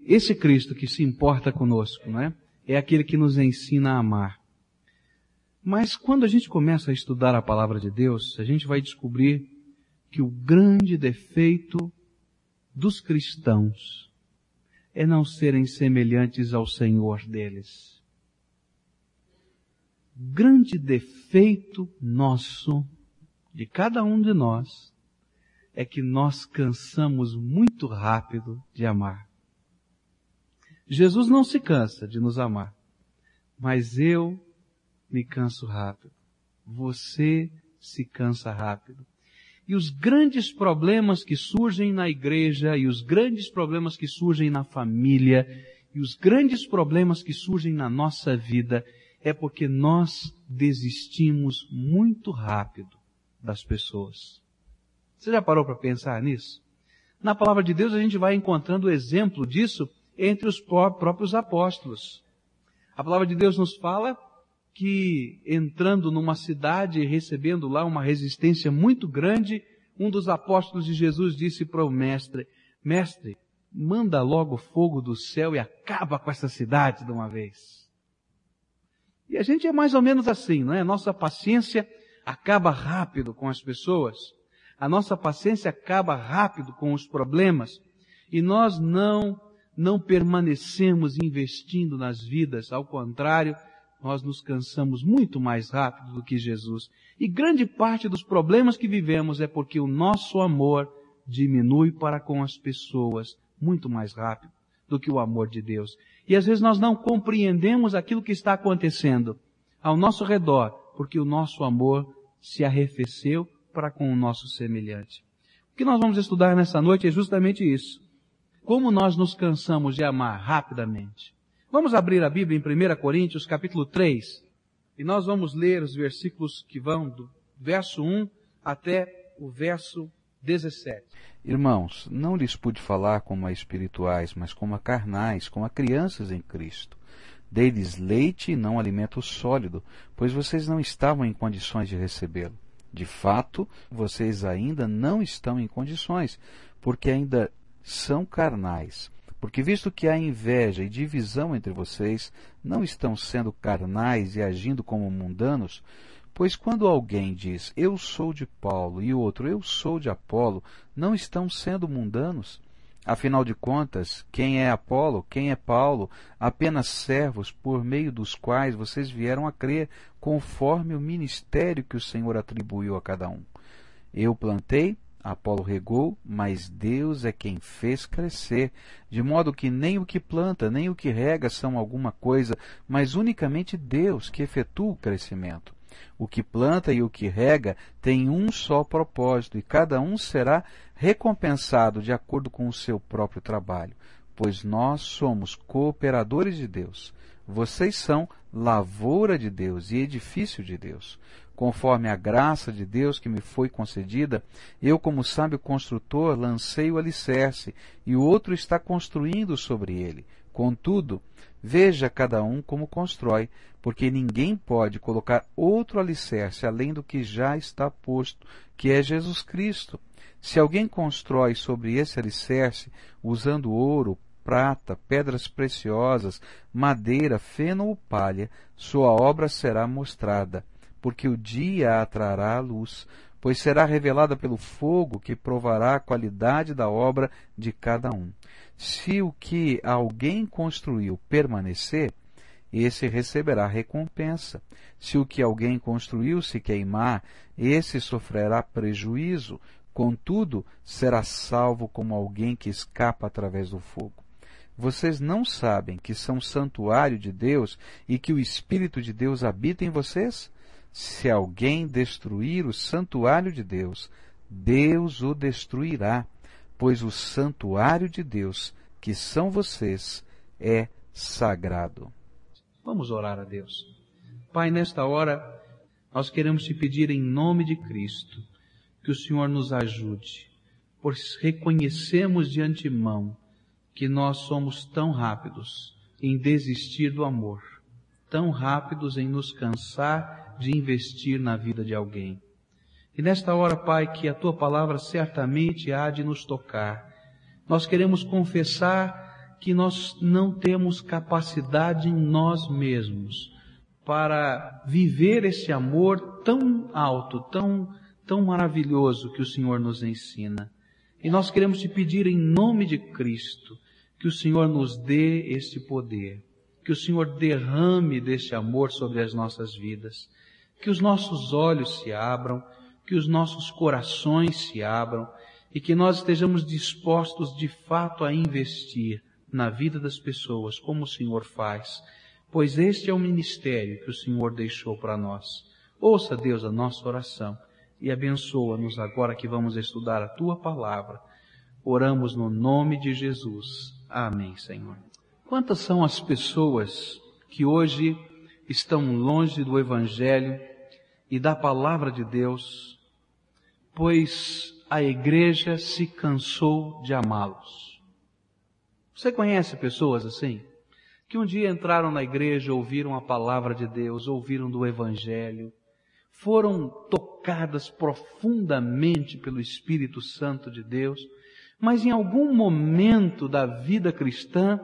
esse Cristo que se importa conosco, não é? É aquele que nos ensina a amar. Mas quando a gente começa a estudar a palavra de Deus, a gente vai descobrir que o grande defeito dos cristãos é não serem semelhantes ao Senhor deles. O grande defeito nosso, de cada um de nós, é que nós cansamos muito rápido de amar. Jesus não se cansa de nos amar, mas eu me canso rápido. Você se cansa rápido. E os grandes problemas que surgem na igreja, e os grandes problemas que surgem na família, e os grandes problemas que surgem na nossa vida, é porque nós desistimos muito rápido das pessoas. Você já parou para pensar nisso? Na palavra de Deus a gente vai encontrando o exemplo disso entre os próprios apóstolos. A palavra de Deus nos fala que, entrando numa cidade e recebendo lá uma resistência muito grande, um dos apóstolos de Jesus disse para o mestre, mestre, manda logo fogo do céu e acaba com essa cidade de uma vez. E a gente é mais ou menos assim, não é? A nossa paciência acaba rápido com as pessoas. A nossa paciência acaba rápido com os problemas. E nós não permanecemos investindo nas vidas. Ao contrário, nós nos cansamos muito mais rápido do que Jesus. E grande parte dos problemas que vivemos é porque o nosso amor diminui para com as pessoas muito mais rápido do que o amor de Deus. E às vezes nós não compreendemos aquilo que está acontecendo ao nosso redor, porque o nosso amor se arrefeceu para com o nosso semelhante. O que nós vamos estudar nessa noite é justamente isso. Como nós nos cansamos de amar rapidamente. Vamos abrir a Bíblia em 1 Coríntios, capítulo 3, e nós vamos ler os versículos que vão do verso 1 até o verso 17. Irmãos, não lhes pude falar como a espirituais, mas como a carnais, como a crianças em Cristo. Dei-lhes leite e não alimento sólido, pois vocês não estavam em condições de recebê-lo. De fato, vocês ainda não estão em condições, porque ainda são carnais. Porque visto que há inveja e divisão entre vocês, não estão sendo carnais e agindo como mundanos? Pois quando alguém diz, eu sou de Paulo, e o outro, eu sou de Apolo, não estão sendo mundanos? Afinal de contas, quem é Apolo, quem é Paulo? Apenas servos por meio dos quais vocês vieram a crer, conforme o ministério que o Senhor atribuiu a cada um. Eu plantei, Apolo regou, mas Deus é quem fez crescer, de modo que nem o que planta, nem o que rega são alguma coisa, mas unicamente Deus que efetua o crescimento. O que planta e o que rega tem um só propósito, e cada um será recompensado de acordo com o seu próprio trabalho, pois nós somos cooperadores de Deus. Vocês são lavoura de Deus e edifício de Deus. Conforme a graça de Deus que me foi concedida, eu, como sábio construtor, lancei o alicerce, e o outro está construindo sobre ele. Contudo, veja cada um como constrói, porque ninguém pode colocar outro alicerce além do que já está posto, que é Jesus Cristo. Se alguém constrói sobre esse alicerce, usando ouro, prata, pedras preciosas, madeira, feno ou palha, sua obra será mostrada, porque o dia a trará à luz, pois será revelada pelo fogo que provará a qualidade da obra de cada um. Se o que alguém construiu permanecer, esse receberá recompensa. Se o que alguém construiu se queimar, esse sofrerá prejuízo, contudo, será salvo como alguém que escapa através do fogo. Vocês não sabem que são santuário de Deus e que o Espírito de Deus habita em vocês? Se alguém destruir o santuário de Deus, Deus o destruirá, pois o santuário de Deus, que são vocês, é sagrado. Vamos orar a Deus. Pai, nesta hora, nós queremos te pedir em nome de Cristo, que o Senhor nos ajude, pois reconhecemos de antemão que nós somos tão rápidos em desistir do amor, tão rápidos em nos cansar de investir na vida de alguém. E nesta hora, Pai, que a Tua palavra certamente há de nos tocar. Nós queremos confessar que nós não temos capacidade em nós mesmos para viver esse amor tão alto, tão maravilhoso que o Senhor nos ensina. E nós queremos te pedir em nome de Cristo que o Senhor nos dê este poder, que o Senhor derrame deste amor sobre as nossas vidas, que os nossos olhos se abram, que os nossos corações se abram e que nós estejamos dispostos de fato a investir na vida das pessoas como o Senhor faz, pois este é o ministério que o Senhor deixou para nós. Ouça, Deus, a nossa oração e abençoa-nos agora que vamos estudar a Tua palavra. Oramos no nome de Jesus. Amém, Senhor. Quantas são as pessoas que hoje estão longe do Evangelho e da palavra de Deus, pois a igreja se cansou de amá-los? Você conhece pessoas assim? Que um dia entraram na igreja, ouviram a palavra de Deus, ouviram do Evangelho, foram tocadas profundamente pelo Espírito Santo de Deus, mas em algum momento da vida cristã,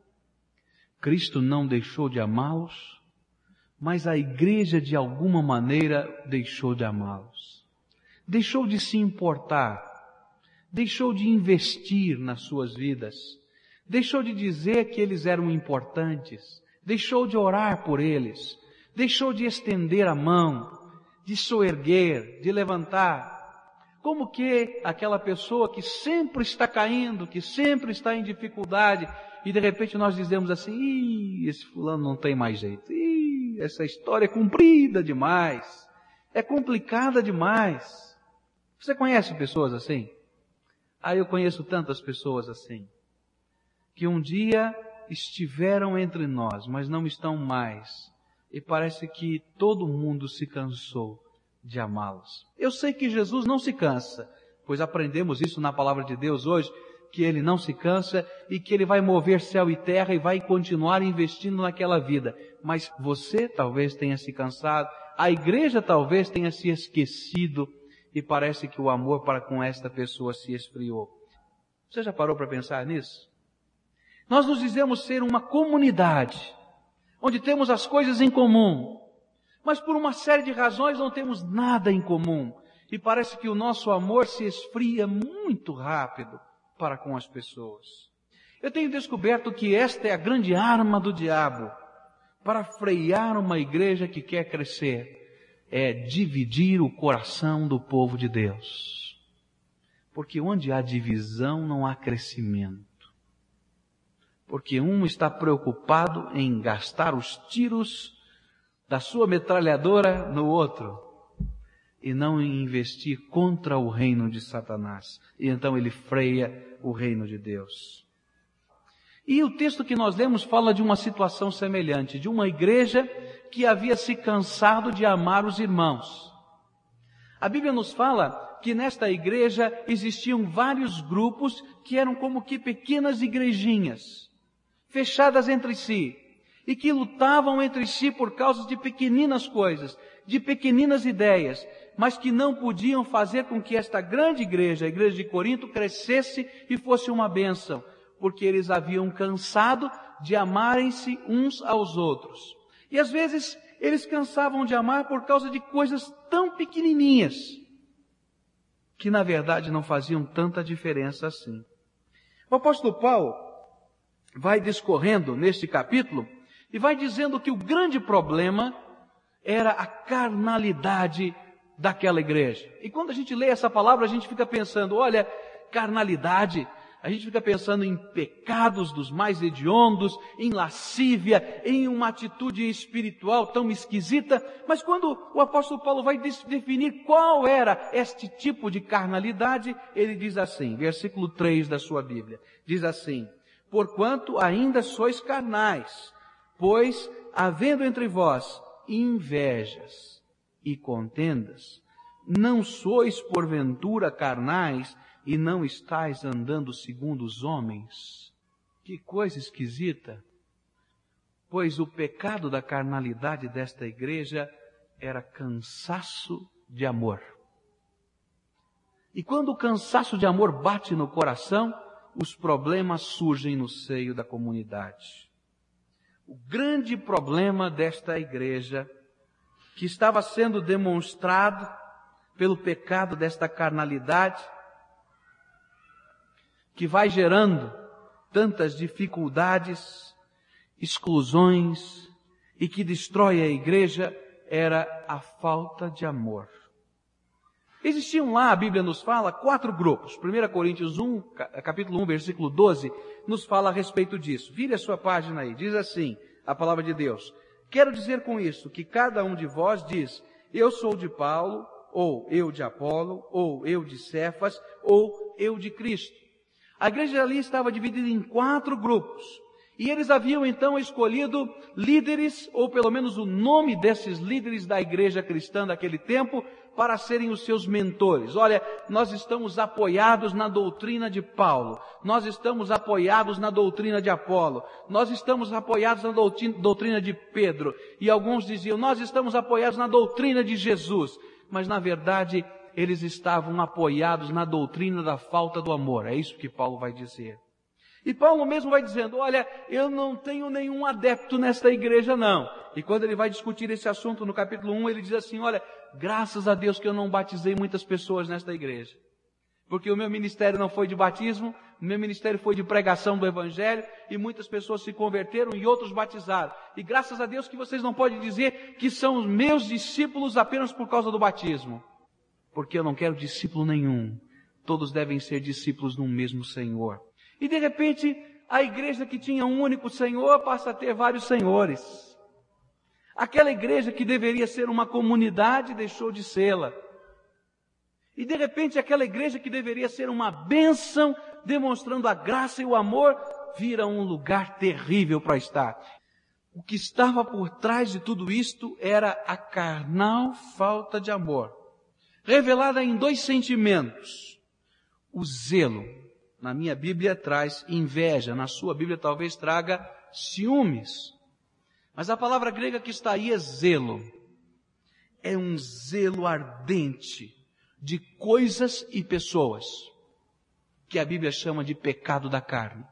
Cristo não deixou de amá-los, mas a igreja de alguma maneira deixou de amá-los. Deixou de se importar, deixou de investir nas suas vidas, deixou de dizer que eles eram importantes, deixou de orar por eles, deixou de estender a mão, de soerguer, de levantar. Como que aquela pessoa que sempre está caindo, que sempre está em dificuldade, e de repente nós dizemos assim, esse fulano não tem mais jeito, essa história é comprida demais, é complicada demais. Você conhece pessoas assim? Eu conheço tantas pessoas assim, que um dia estiveram entre nós, mas não estão mais, e parece que todo mundo se cansou de amá-los. Eu sei que Jesus não se cansa, pois aprendemos isso na palavra de Deus hoje, que Ele não se cansa e que Ele vai mover céu e terra e vai continuar investindo naquela vida. Mas você talvez tenha se cansado, a igreja talvez tenha se esquecido e parece que o amor para com esta pessoa se esfriou. Você já parou para pensar nisso? Nós nos dizemos ser uma comunidade, onde temos as coisas em comum, mas por uma série de razões não temos nada em comum. E parece que o nosso amor se esfria muito rápido para com as pessoas. Eu tenho descoberto que esta é a grande arma do diabo para frear uma igreja que quer crescer. É dividir o coração do povo de Deus. Porque onde há divisão não há crescimento. Porque um está preocupado em gastar os tiros da sua metralhadora no outro, e não em investir contra o reino de Satanás. E então ele freia o reino de Deus. E o texto que nós lemos fala de uma situação semelhante, de uma igreja que havia se cansado de amar os irmãos. A Bíblia nos fala que nesta igreja existiam vários grupos que eram como que pequenas igrejinhas, fechadas entre si, e que lutavam entre si por causa de pequeninas coisas, de pequeninas ideias, mas que não podiam fazer com que esta grande igreja, a igreja de Corinto, crescesse e fosse uma bênção, porque eles haviam cansado de amarem-se uns aos outros. E às vezes eles cansavam de amar por causa de coisas tão pequenininhas, que na verdade não faziam tanta diferença assim. O apóstolo Paulo vai discorrendo neste capítulo e vai dizendo que o grande problema era a carnalidade daquela igreja. E quando a gente lê essa palavra, a gente fica pensando, olha, carnalidade, a gente fica pensando em pecados dos mais hediondos, em lascívia, em uma atitude espiritual tão esquisita. Mas quando o apóstolo Paulo vai definir qual era este tipo de carnalidade, ele diz assim, versículo 3 da sua Bíblia, diz assim, porquanto ainda sois carnais, pois, havendo entre vós invejas e contendas, não sois porventura carnais e não estáis andando segundo os homens? Que coisa esquisita! Pois o pecado da carnalidade desta igreja era cansaço de amor. E quando o cansaço de amor bate no coração, os problemas surgem no seio da comunidade. O grande problema desta igreja, que estava sendo demonstrado pelo pecado desta carnalidade, que vai gerando tantas dificuldades, exclusões, e que destrói a igreja, era a falta de amor. Existiam lá, a Bíblia nos fala, 4 grupos. 1 Coríntios 1, capítulo 1, versículo 12, nos fala a respeito disso. Vire a sua página aí, diz assim, a palavra de Deus. Quero dizer com isso que cada um de vós diz, eu sou de Paulo, ou eu de Apolo, ou eu de Cefas, ou eu de Cristo. A igreja ali estava dividida em 4 grupos. E eles haviam então escolhido líderes, ou pelo menos o nome desses líderes da igreja cristã daquele tempo, para serem os seus mentores. Olha, nós estamos apoiados na doutrina de Paulo, nós estamos apoiados na doutrina de Apolo, nós estamos apoiados na doutrina de Pedro. E alguns diziam, nós estamos apoiados na doutrina de Jesus. Mas na verdade, eles estavam apoiados na doutrina da falta do amor. É isso que Paulo vai dizer. E Paulo mesmo vai dizendo, olha, eu não tenho nenhum adepto nesta igreja não. E quando ele vai discutir esse assunto no capítulo 1, ele diz assim, olha, graças a Deus que eu não batizei muitas pessoas nesta igreja. Porque o meu ministério não foi de batismo, o meu ministério foi de pregação do Evangelho, e muitas pessoas se converteram e outros batizaram. E graças a Deus que vocês não podem dizer que são os meus discípulos apenas por causa do batismo. Porque eu não quero discípulo nenhum. Todos devem ser discípulos no mesmo Senhor. E de repente, a igreja que tinha um único Senhor passa a ter vários senhores. Aquela igreja que deveria ser uma comunidade deixou de sê-la. E de repente, aquela igreja que deveria ser uma bênção, demonstrando a graça e o amor, vira um lugar terrível para estar. O que estava por trás de tudo isto era a carnal falta de amor, revelada em 2 sentimentos. O zelo. Na minha Bíblia traz inveja, na sua Bíblia talvez traga ciúmes. Mas a palavra grega que está aí é zelo. É um zelo ardente de coisas e pessoas, que a Bíblia chama de pecado da carne.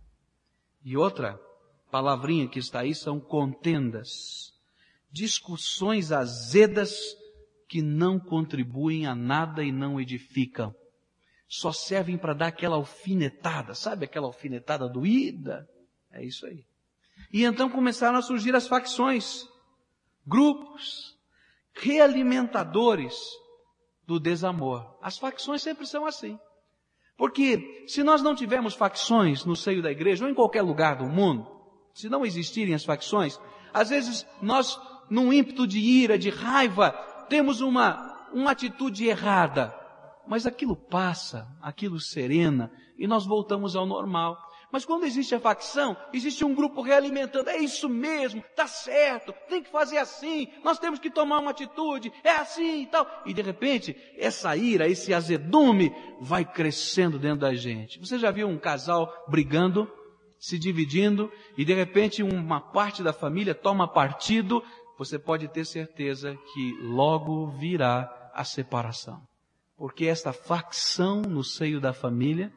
E outra palavrinha que está aí são contendas, discussões azedas que não contribuem a nada e não edificam. Só servem para dar aquela alfinetada, sabe aquela alfinetada doída? É isso aí. E então começaram a surgir as facções, grupos, realimentadores do desamor. As facções sempre são assim. Porque se nós não tivermos facções no seio da igreja ou em qualquer lugar do mundo, se não existirem as facções, às vezes nós, num ímpeto de ira, de raiva, temos uma atitude errada. Mas aquilo passa, aquilo serena, e nós voltamos ao normal. Mas quando existe a facção, existe um grupo realimentando, é isso mesmo, tá certo, tem que fazer assim, nós temos que tomar uma atitude, é assim e tal. E de repente, essa ira, esse azedume, vai crescendo dentro da gente. Você já viu um casal brigando, se dividindo, e de repente uma parte da família toma partido, você pode ter certeza que logo virá a separação. Porque esta facção no seio da família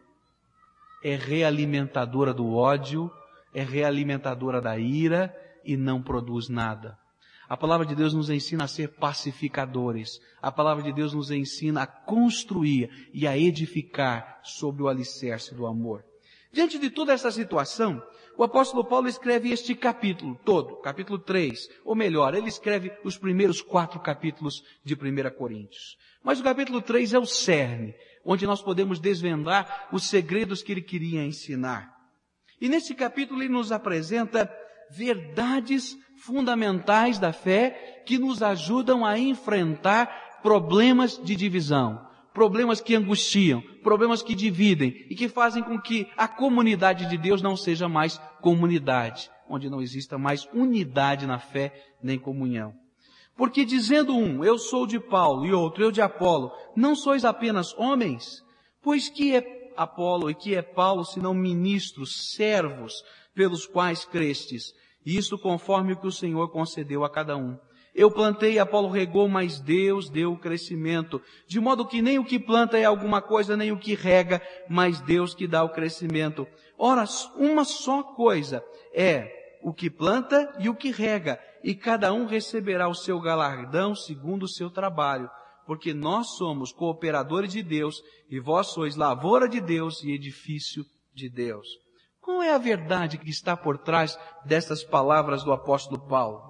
é realimentadora do ódio, é realimentadora da ira e não produz nada. A palavra de Deus nos ensina a ser pacificadores. A palavra de Deus nos ensina a construir e a edificar sobre o alicerce do amor. Diante de toda essa situação, o apóstolo Paulo escreve este capítulo todo, capítulo 3, ou melhor, ele escreve os primeiros 4 capítulos de 1 Coríntios. Mas o capítulo 3 é o cerne, onde nós podemos desvendar os segredos que ele queria ensinar. E nesse capítulo ele nos apresenta verdades fundamentais da fé que nos ajudam a enfrentar problemas de divisão, problemas que angustiam, problemas que dividem e que fazem com que a comunidade de Deus não seja mais comunidade, onde não exista mais unidade na fé nem comunhão. Porque dizendo um, eu sou de Paulo, e outro, eu de Apolo, não sois apenas homens? Pois que é Apolo e que é Paulo, senão ministros, servos, pelos quais crestes? E isto conforme o que o Senhor concedeu a cada um. Eu plantei, Apolo regou, mas Deus deu o crescimento. De modo que nem o que planta é alguma coisa, nem o que rega, mas Deus que dá o crescimento. Ora, uma só coisa é o que planta e o que rega, e cada um receberá o seu galardão segundo o seu trabalho, porque nós somos cooperadores de Deus, e vós sois lavoura de Deus e edifício de Deus. Qual é a verdade que está por trás dessas palavras do apóstolo Paulo?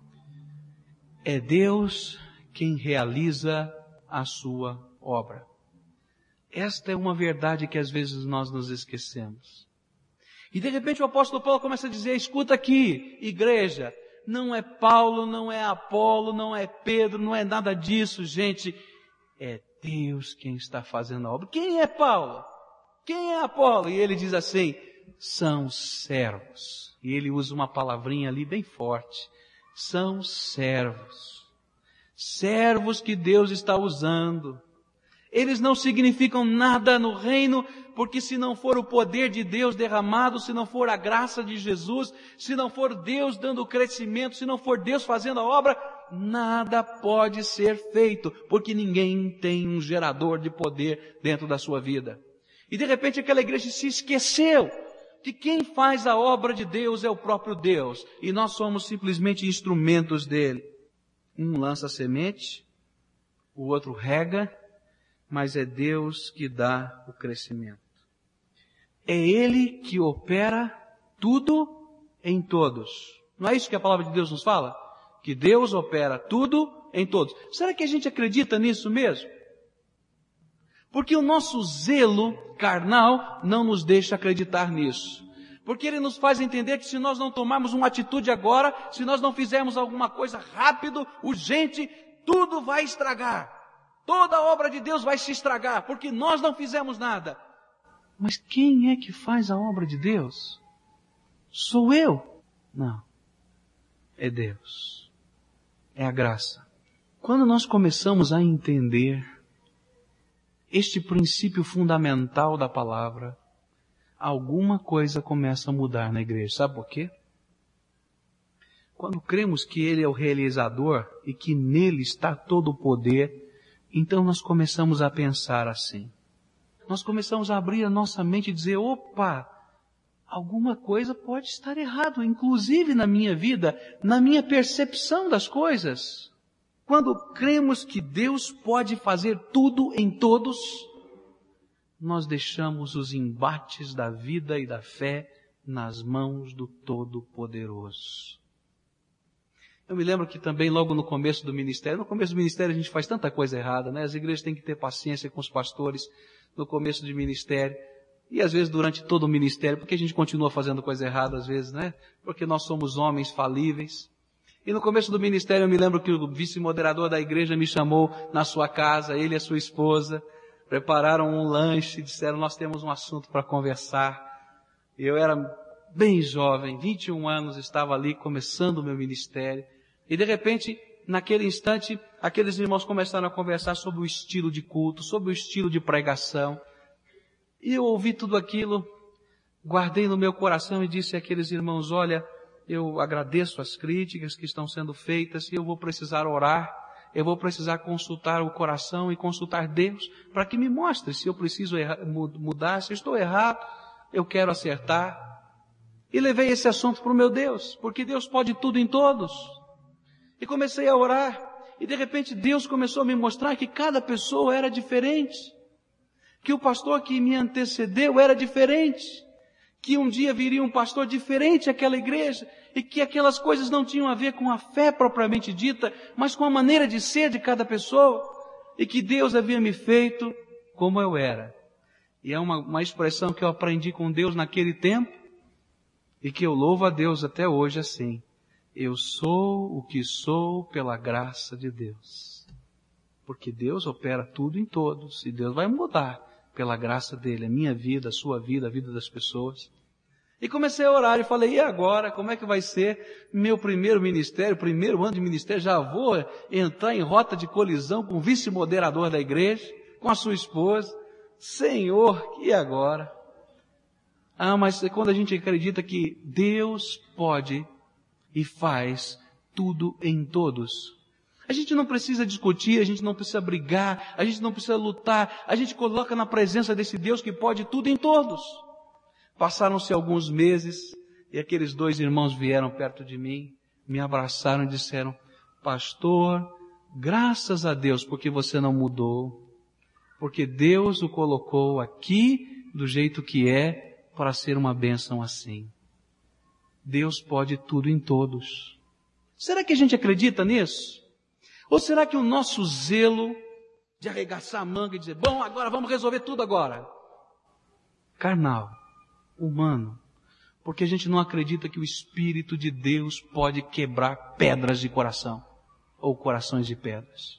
É Deus quem realiza a sua obra. Esta é uma verdade que às vezes nós nos esquecemos. E de repente o apóstolo Paulo começa a dizer, escuta aqui, igreja, não é Paulo, não é Apolo, não é Pedro, não é nada disso, gente. É Deus quem está fazendo a obra. Quem é Paulo? Quem é Apolo? E ele diz assim, são servos. E ele usa uma palavrinha ali bem forte. São servos. Servos que Deus está usando. Eles não significam nada no reino, porque se não for o poder de Deus derramado, se não for a graça de Jesus, se não for Deus dando crescimento, se não for Deus fazendo a obra, nada pode ser feito, porque ninguém tem um gerador de poder dentro da sua vida. E de repente aquela igreja se esqueceu que quem faz a obra de Deus é o próprio Deus, e nós somos simplesmente instrumentos dele. Um lança a semente, o outro rega, mas é Deus que dá o crescimento. É Ele que opera tudo em todos. Não é isso que a palavra de Deus nos fala? Que Deus opera tudo em todos. Será que a gente acredita nisso mesmo? Porque o nosso zelo carnal não nos deixa acreditar nisso. Porque ele nos faz entender que se nós não tomarmos uma atitude agora, se nós não fizermos alguma coisa rápido, urgente, tudo vai estragar. Toda a obra de Deus vai se estragar, porque nós não fizemos nada. Mas quem é que faz a obra de Deus? Sou eu? Não. É Deus. É a graça. Quando nós começamos a entender este princípio fundamental da palavra, alguma coisa começa a mudar na igreja. Sabe por quê? Quando cremos que Ele é o realizador e que nele está todo o poder, então nós começamos a pensar assim. Nós começamos a abrir a nossa mente e dizer, opa, alguma coisa pode estar errado, inclusive na minha vida, na minha percepção das coisas. Quando cremos que Deus pode fazer tudo em todos, nós deixamos os embates da vida e da fé nas mãos do Todo-Poderoso. Eu me lembro que também logo no começo do ministério a gente faz tanta coisa errada, né? As igrejas têm que ter paciência com os pastores no começo de ministério e às vezes durante todo o ministério, porque a gente continua fazendo coisa errada às vezes, né? Porque nós somos homens falíveis. E no começo do ministério eu me lembro que o vice-moderador da igreja me chamou na sua casa, ele e a sua esposa, prepararam um lanche e disseram, nós temos um assunto para conversar. Eu era bem jovem, 21 anos, estava ali começando o meu ministério. E de repente, naquele instante, aqueles irmãos começaram a conversar sobre o estilo de culto, sobre o estilo de pregação. E eu ouvi tudo aquilo, guardei no meu coração e disse àqueles irmãos, olha, eu agradeço as críticas que estão sendo feitas e eu vou precisar orar, eu vou precisar consultar o coração e consultar Deus para que me mostre se eu preciso mudar, se eu estou errado, eu quero acertar. E levei esse assunto para o meu Deus, porque Deus pode tudo em todos. E comecei a orar, e de repente Deus começou a me mostrar que cada pessoa era diferente, que o pastor que me antecedeu era diferente, que um dia viria um pastor diferente àquela igreja, e que aquelas coisas não tinham a ver com a fé propriamente dita, mas com a maneira de ser de cada pessoa, e que Deus havia me feito como eu era. E é uma expressão que eu aprendi com Deus naquele tempo, e que eu louvo a Deus até hoje assim. Eu sou o que sou pela graça de Deus. Porque Deus opera tudo em todos, e Deus vai mudar pela graça dele, a minha vida, a sua vida, a vida das pessoas. E comecei a orar e falei, e agora, como é que vai ser meu primeiro ministério, primeiro ano de ministério, já vou entrar em rota de colisão com o vice-moderador da igreja, com a sua esposa. Senhor, e agora? Mas quando a gente acredita que Deus pode e faz tudo em todos. A gente não precisa discutir, a gente não precisa brigar, a gente não precisa lutar, a gente coloca na presença desse Deus que pode tudo em todos. Passaram-se alguns meses e aqueles 2 irmãos vieram perto de mim, me abraçaram e disseram: pastor, graças a Deus porque você não mudou, porque Deus o colocou aqui do jeito que é para ser uma bênção assim. Deus pode tudo em todos. Será que a gente acredita nisso? Ou será que o nosso zelo de arregaçar a manga e dizer, bom, agora vamos resolver tudo agora? Carnal, humano, porque a gente não acredita que o Espírito de Deus pode quebrar pedras de coração, ou corações de pedras.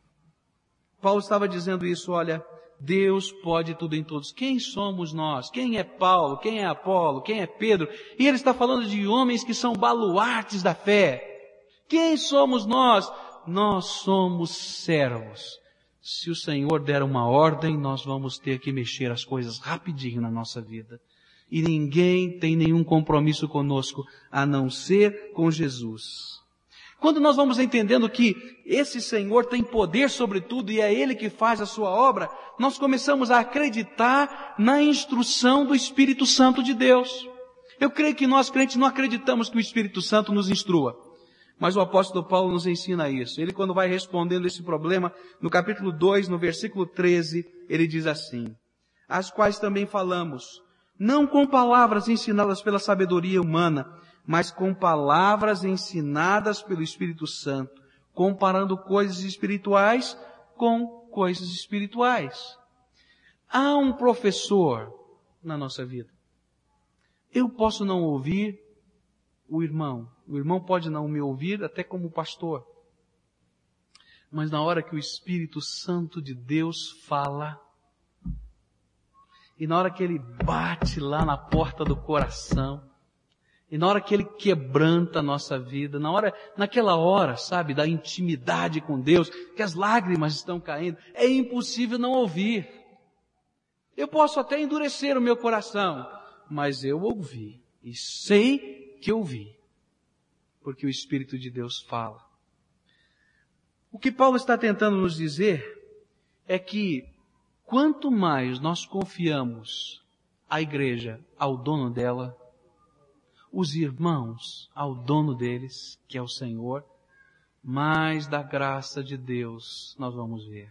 Paulo estava dizendo isso, olha, Deus pode tudo em todos. Quem somos nós? Quem é Paulo? Quem é Apolo? Quem é Pedro? E ele está falando de homens que são baluartes da fé. Quem somos nós? Nós somos servos. Se o Senhor der uma ordem, nós vamos ter que mexer as coisas rapidinho na nossa vida. E ninguém tem nenhum compromisso conosco, a não ser com Jesus. Quando nós vamos entendendo que esse Senhor tem poder sobre tudo e é Ele que faz a sua obra, nós começamos a acreditar na instrução do Espírito Santo de Deus. Eu creio que nós crentes não acreditamos que o Espírito Santo nos instrua. Mas o apóstolo Paulo nos ensina isso. Ele, quando vai respondendo esse problema, no capítulo 2, no versículo 13, ele diz assim: as quais também falamos, não com palavras ensinadas pela sabedoria humana, mas com palavras ensinadas pelo Espírito Santo, comparando coisas espirituais com coisas espirituais. Há um professor na nossa vida. Eu posso não ouvir o irmão pode não me ouvir até como pastor. Mas na hora que o Espírito Santo de Deus fala, e na hora que Ele bate lá na porta do coração, e na hora que Ele quebranta a nossa vida, naquela hora, sabe, da intimidade com Deus, que as lágrimas estão caindo, é impossível não ouvir. Eu posso até endurecer o meu coração, mas eu ouvi, e sei que ouvi, porque o Espírito de Deus fala. O que Paulo está tentando nos dizer é que quanto mais nós confiamos a igreja ao dono dela, os irmãos ao dono deles, que é o Senhor, mais da graça de Deus nós vamos ver.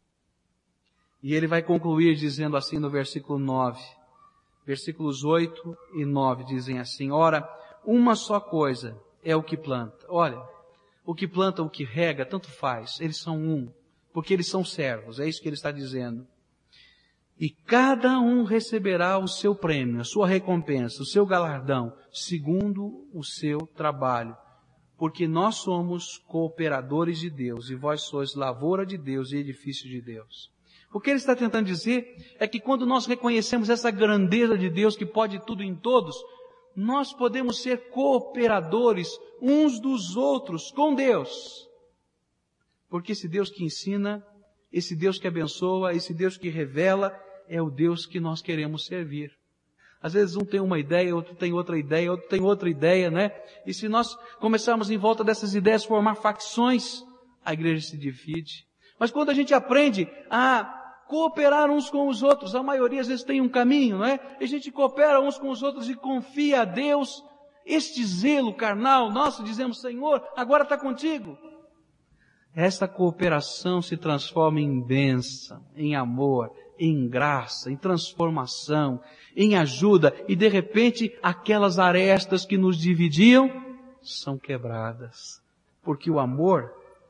E ele vai concluir dizendo assim no versículo 9, versículos 8 e 9 dizem assim: ora, uma só coisa é o que planta. Olha, o que planta, o que rega, tanto faz. Eles são um, porque eles são servos. É isso que ele está dizendo. E cada um receberá o seu prêmio, a sua recompensa, o seu galardão, segundo o seu trabalho. Porque nós somos cooperadores de Deus, e vós sois lavoura de Deus e edifício de Deus. O que ele está tentando dizer é que quando nós reconhecemos essa grandeza de Deus que pode tudo em todos, nós podemos ser cooperadores uns dos outros com Deus. Porque esse Deus que ensina, esse Deus que abençoa, esse Deus que revela, é o Deus que nós queremos servir. Às vezes um tem uma ideia, outro tem outra ideia, outro tem outra ideia, né? E se nós começarmos em volta dessas ideias formar facções, a igreja se divide. Mas quando a gente aprende a cooperar uns com os outros, a maioria às vezes tem um caminho, não é? E a gente coopera uns com os outros e confia a Deus. Este zelo carnal nosso, dizemos, Senhor, agora está contigo. Esta cooperação se transforma em bênção, em amor, em graça, em transformação, em ajuda, e de repente aquelas arestas que nos dividiam são quebradas, porque o amor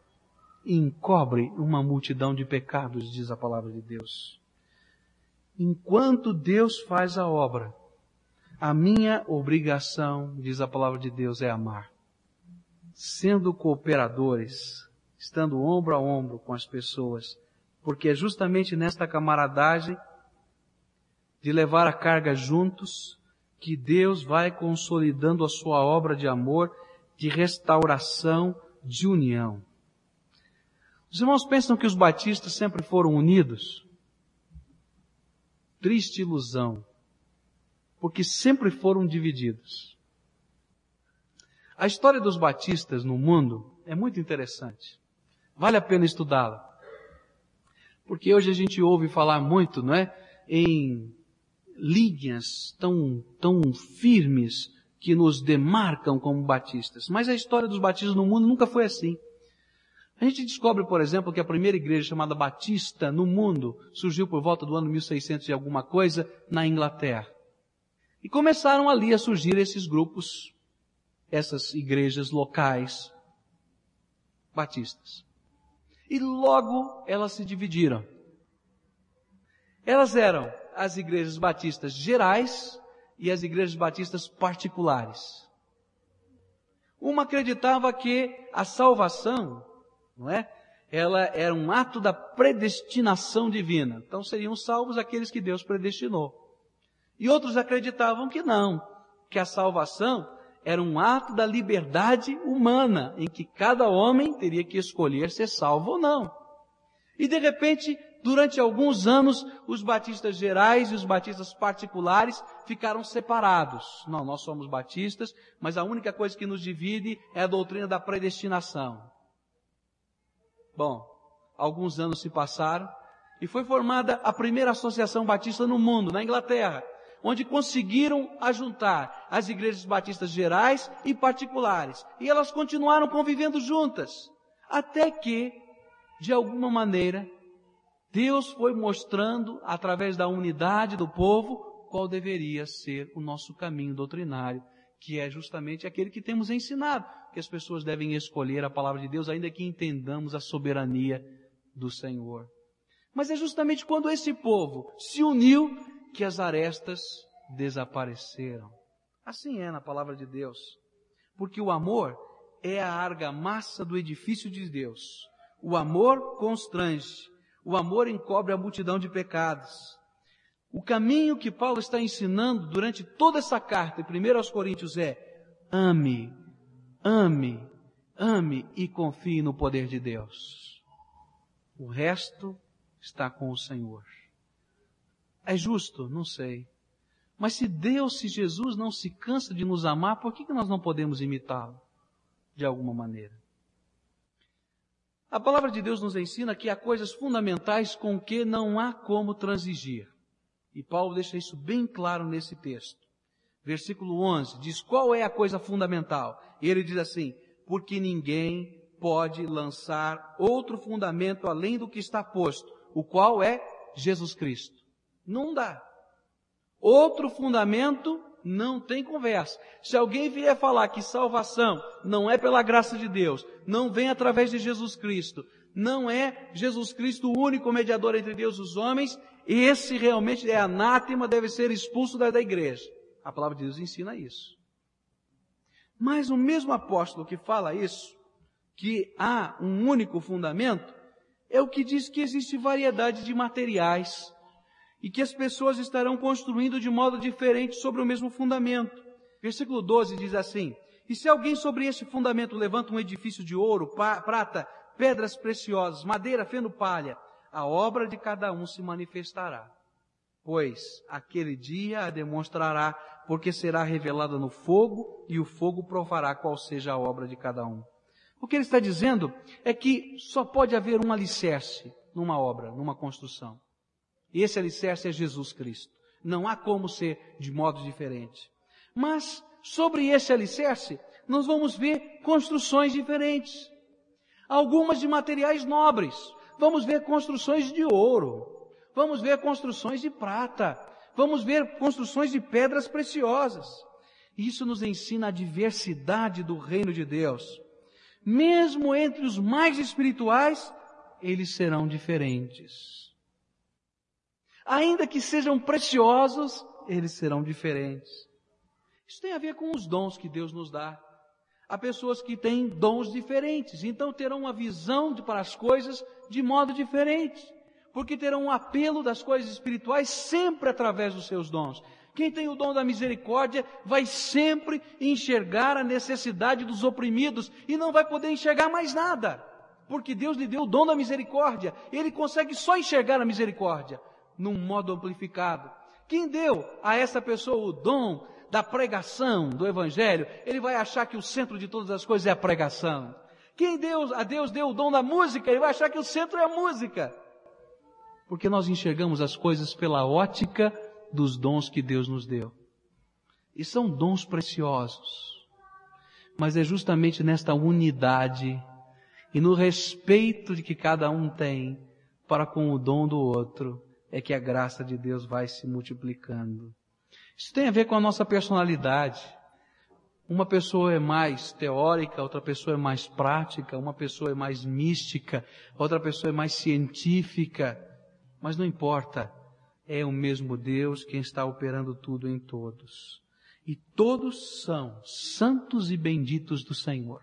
encobre uma multidão de pecados, diz a palavra de Deus. Enquanto Deus faz a obra, a minha obrigação, diz a palavra de Deus, é amar. Sendo cooperadores, estando ombro a ombro com as pessoas, porque é justamente nesta camaradagem de levar a carga juntos que Deus vai consolidando a sua obra de amor, de restauração, de união. Os irmãos pensam que os batistas sempre foram unidos? Triste ilusão, porque sempre foram divididos. A história dos batistas no mundo é muito interessante. Vale a pena estudá-la. Porque hoje a gente ouve falar muito, não é? Em linhas tão firmes que nos demarcam como batistas. Mas a história dos batistas no mundo nunca foi assim. A gente descobre, por exemplo, que a primeira igreja chamada Batista no mundo surgiu por volta do ano 1600 e alguma coisa na Inglaterra. E começaram ali a surgir esses grupos, essas igrejas locais batistas. E logo elas se dividiram. Elas eram as igrejas batistas gerais e as igrejas batistas particulares. Uma acreditava que a salvação, não é? Ela era um ato da predestinação divina. Então seriam salvos aqueles que Deus predestinou. E outros acreditavam que não, que a salvação era um ato da liberdade humana, em que cada homem teria que escolher ser salvo ou não. E de repente, durante alguns anos, os batistas gerais e os batistas particulares ficaram separados. Não, nós somos batistas, mas a única coisa que nos divide é a doutrina da predestinação. Bom, alguns anos se passaram e foi formada a primeira associação batista no mundo, na Inglaterra, onde conseguiram ajuntar as igrejas batistas gerais e particulares. E elas continuaram convivendo juntas, até que, de alguma maneira, Deus foi mostrando, através da unidade do povo, qual deveria ser o nosso caminho doutrinário, que é justamente aquele que temos ensinado, que as pessoas devem escolher a palavra de Deus, ainda que entendamos a soberania do Senhor. Mas é justamente quando esse povo se uniu que as arestas desapareceram. Assim é na palavra de Deus. Porque o amor é a argamassa do edifício de Deus. O amor constrange. O amor encobre a multidão de pecados. O caminho que Paulo está ensinando durante toda essa carta, em 1 aos Coríntios, é: ame, ame, ame e confie no poder de Deus. O resto está com o Senhor. É justo? Não sei. Mas se Jesus não se cansa de nos amar, por que nós não podemos imitá-lo de alguma maneira? A palavra de Deus nos ensina que há coisas fundamentais com que não há como transigir. E Paulo deixa isso bem claro nesse texto. Versículo 11 diz qual é a coisa fundamental. E ele diz assim: porque ninguém pode lançar outro fundamento além do que está posto, o qual é Jesus Cristo. Não dá. Outro fundamento não tem conversa. Se alguém vier falar que salvação não é pela graça de Deus, não vem através de Jesus Cristo, não é Jesus Cristo o único mediador entre Deus e os homens, esse realmente é anátema, deve ser expulso da igreja. A palavra de Deus ensina isso. Mas o mesmo apóstolo que fala isso, que há um único fundamento, é o que diz que existe variedade de materiais e que as pessoas estarão construindo de modo diferente sobre o mesmo fundamento. Versículo 12 diz assim: e se alguém sobre este fundamento levanta um edifício de ouro, prata, pedras preciosas, madeira, feno, palha, a obra de cada um se manifestará. Pois aquele dia a demonstrará, porque será revelada no fogo, e o fogo provará qual seja a obra de cada um. O que ele está dizendo é que só pode haver um alicerce numa obra, numa construção. E esse alicerce é Jesus Cristo. Não há como ser de modo diferente. Mas, sobre esse alicerce, nós vamos ver construções diferentes. Algumas de materiais nobres. Vamos ver construções de ouro. Vamos ver construções de prata. Vamos ver construções de pedras preciosas. Isso nos ensina a diversidade do reino de Deus. Mesmo entre os mais espirituais, eles serão diferentes. Ainda que sejam preciosos, eles serão diferentes. Isso tem a ver com os dons que Deus nos dá. Há pessoas que têm dons diferentes, então terão uma visão para as coisas de modo diferente, porque terão um apelo das coisas espirituais sempre através dos seus dons. Quem tem o dom da misericórdia vai sempre enxergar a necessidade dos oprimidos e não vai poder enxergar mais nada, porque Deus lhe deu o dom da misericórdia. Ele consegue só enxergar a misericórdia num modo amplificado. Quem deu a essa pessoa o dom da pregação do Evangelho, ele vai achar que o centro de todas as coisas é a pregação. A Deus deu o dom da música, ele vai achar que o centro é a música. Porque nós enxergamos as coisas pela ótica dos dons que Deus nos deu. E são dons preciosos. Mas é justamente nesta unidade e no respeito de que cada um tem para com o dom do outro, é que a graça de Deus vai se multiplicando. Isso tem a ver com a nossa personalidade. Uma pessoa é mais teórica, outra pessoa é mais prática, uma pessoa é mais mística, outra pessoa é mais científica. Mas não importa, é o mesmo Deus quem está operando tudo em todos. E todos são santos e benditos do Senhor.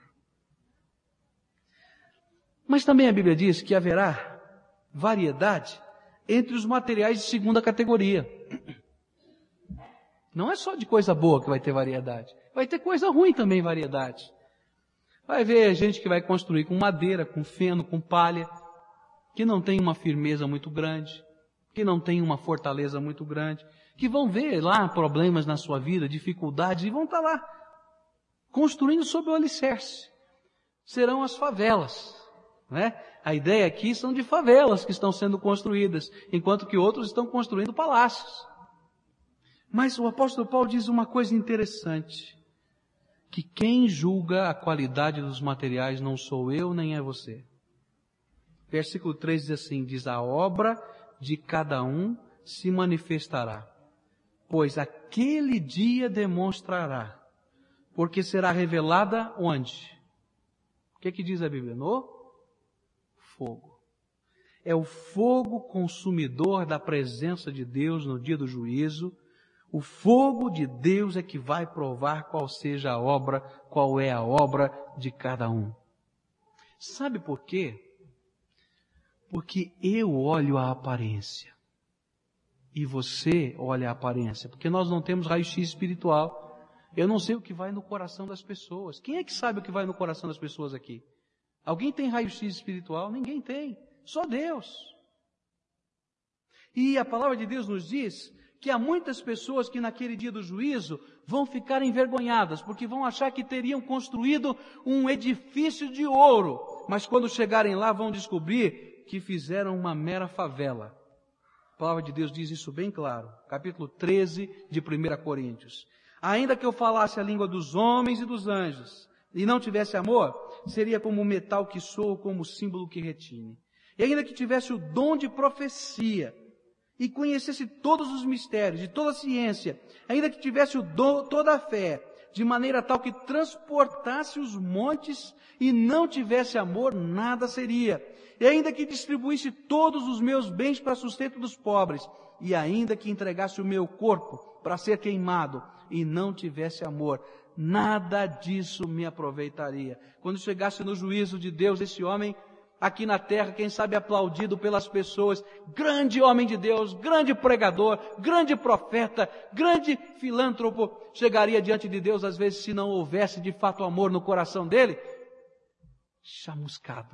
Mas também a Bíblia diz que haverá variedade entre os materiais de segunda categoria. Não é só de coisa boa que vai ter variedade. Vai ter coisa ruim também, variedade. Vai ver gente que vai construir com madeira, com feno, com palha, que não tem uma firmeza muito grande, que não tem uma fortaleza muito grande, que vão ver lá problemas na sua vida, dificuldades, e vão estar lá construindo sobre o alicerce. Serão as favelas, né? A ideia aqui são de favelas que estão sendo construídas, enquanto que outros estão construindo palácios. Mas o apóstolo Paulo diz uma coisa interessante, que quem julga a qualidade dos materiais não sou eu nem é você. Versículo 3 diz assim, diz: a obra de cada um se manifestará, pois aquele dia demonstrará, porque será revelada onde? O que diz a Bíblia? No fogo. É o fogo consumidor da presença de Deus no dia do juízo. O fogo de Deus é que vai provar qual seja a obra, qual é a obra de cada um. Sabe por quê? Porque eu olho a aparência e você olha a aparência, porque nós não temos raio-x espiritual. Eu não sei o que vai no coração das pessoas. Quem é que sabe o que vai no coração das pessoas aqui? Alguém tem raio-x espiritual? Ninguém tem. Só Deus. E a palavra de Deus nos diz que há muitas pessoas que naquele dia do juízo vão ficar envergonhadas, porque vão achar que teriam construído um edifício de ouro, mas quando chegarem lá vão descobrir que fizeram uma mera favela. A palavra de Deus diz isso bem claro, capítulo 13 de 1 Coríntios. Ainda que eu falasse a língua dos homens e dos anjos, e não tivesse amor, seria como o metal que soa, como o símbolo que retine. E ainda que tivesse o dom de profecia, e conhecesse todos os mistérios, de toda a ciência, ainda que tivesse o dom, toda a fé, de maneira tal que transportasse os montes e não tivesse amor, nada seria. E ainda que distribuísse todos os meus bens para sustento dos pobres, e ainda que entregasse o meu corpo para ser queimado, e não tivesse amor, nada disso me aproveitaria. Quando chegasse no juízo de Deus, esse homem aqui na terra, quem sabe aplaudido pelas pessoas, grande homem de Deus, grande pregador, grande profeta, grande filântropo, chegaria diante de Deus, às vezes, se não houvesse de fato amor no coração dele, chamuscado.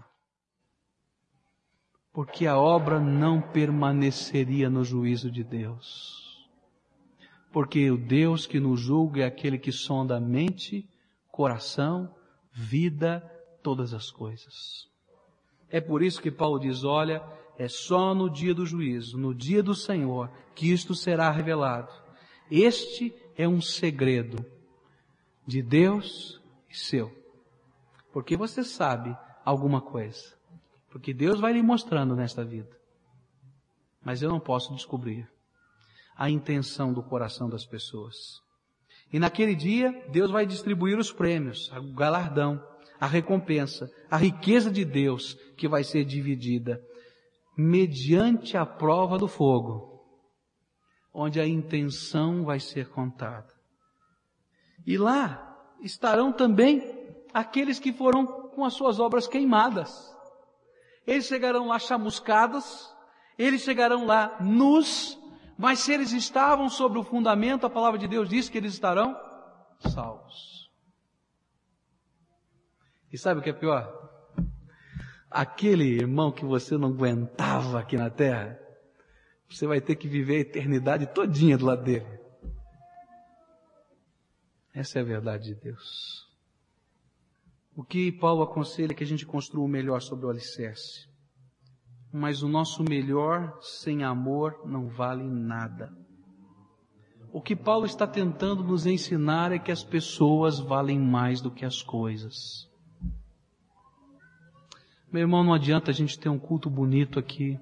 Porque a obra não permaneceria no juízo de Deus. Porque o Deus que nos julga é aquele que sonda a mente, coração, vida, todas as coisas. É por isso que Paulo diz, olha, é só no dia do juízo, no dia do Senhor, que isto será revelado. Este é um segredo de Deus e seu. Porque você sabe alguma coisa. Porque Deus vai lhe mostrando nesta vida. Mas eu não posso descobrir a intenção do coração das pessoas. E naquele dia, Deus vai distribuir os prêmios, o galardão, a recompensa, a riqueza de Deus que vai ser dividida mediante a prova do fogo, onde a intenção vai ser contada. E lá estarão também aqueles que foram com as suas obras queimadas. Eles chegarão lá chamuscados, eles chegarão lá nus, mas se eles estavam sobre o fundamento, a palavra de Deus diz que eles estarão salvos. E sabe o que é pior? Aquele irmão que você não aguentava aqui na terra, você vai ter que viver a eternidade todinha do lado dele. Essa é a verdade de Deus. O que Paulo aconselha é que a gente construa o melhor sobre o alicerce. Mas o nosso melhor sem amor não vale nada. O que Paulo está tentando nos ensinar é que as pessoas valem mais do que as coisas. Meu irmão, não adianta a gente ter um culto bonito aqui,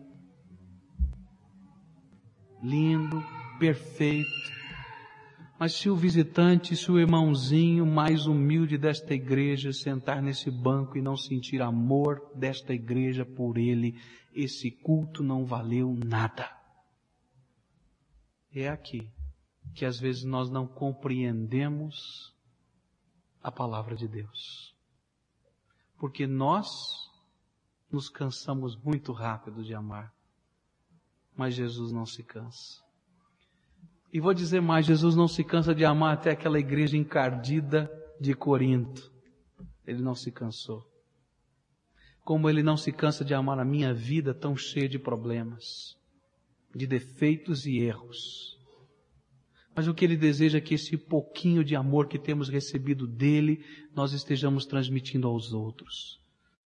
lindo, perfeito, mas se o visitante, se o irmãozinho mais humilde desta igreja sentar nesse banco e não sentir amor desta igreja por ele, esse culto não valeu nada. É aqui que às vezes nós não compreendemos a palavra de Deus. Porque nós nos cansamos muito rápido de amar. Mas Jesus não se cansa. E vou dizer mais, Jesus não se cansa de amar até aquela igreja encardida de Corinto. Ele não se cansou. Como Ele não se cansa de amar a minha vida tão cheia de problemas, de defeitos e erros. Mas o que Ele deseja é que esse pouquinho de amor que temos recebido dEle, nós estejamos transmitindo aos outros.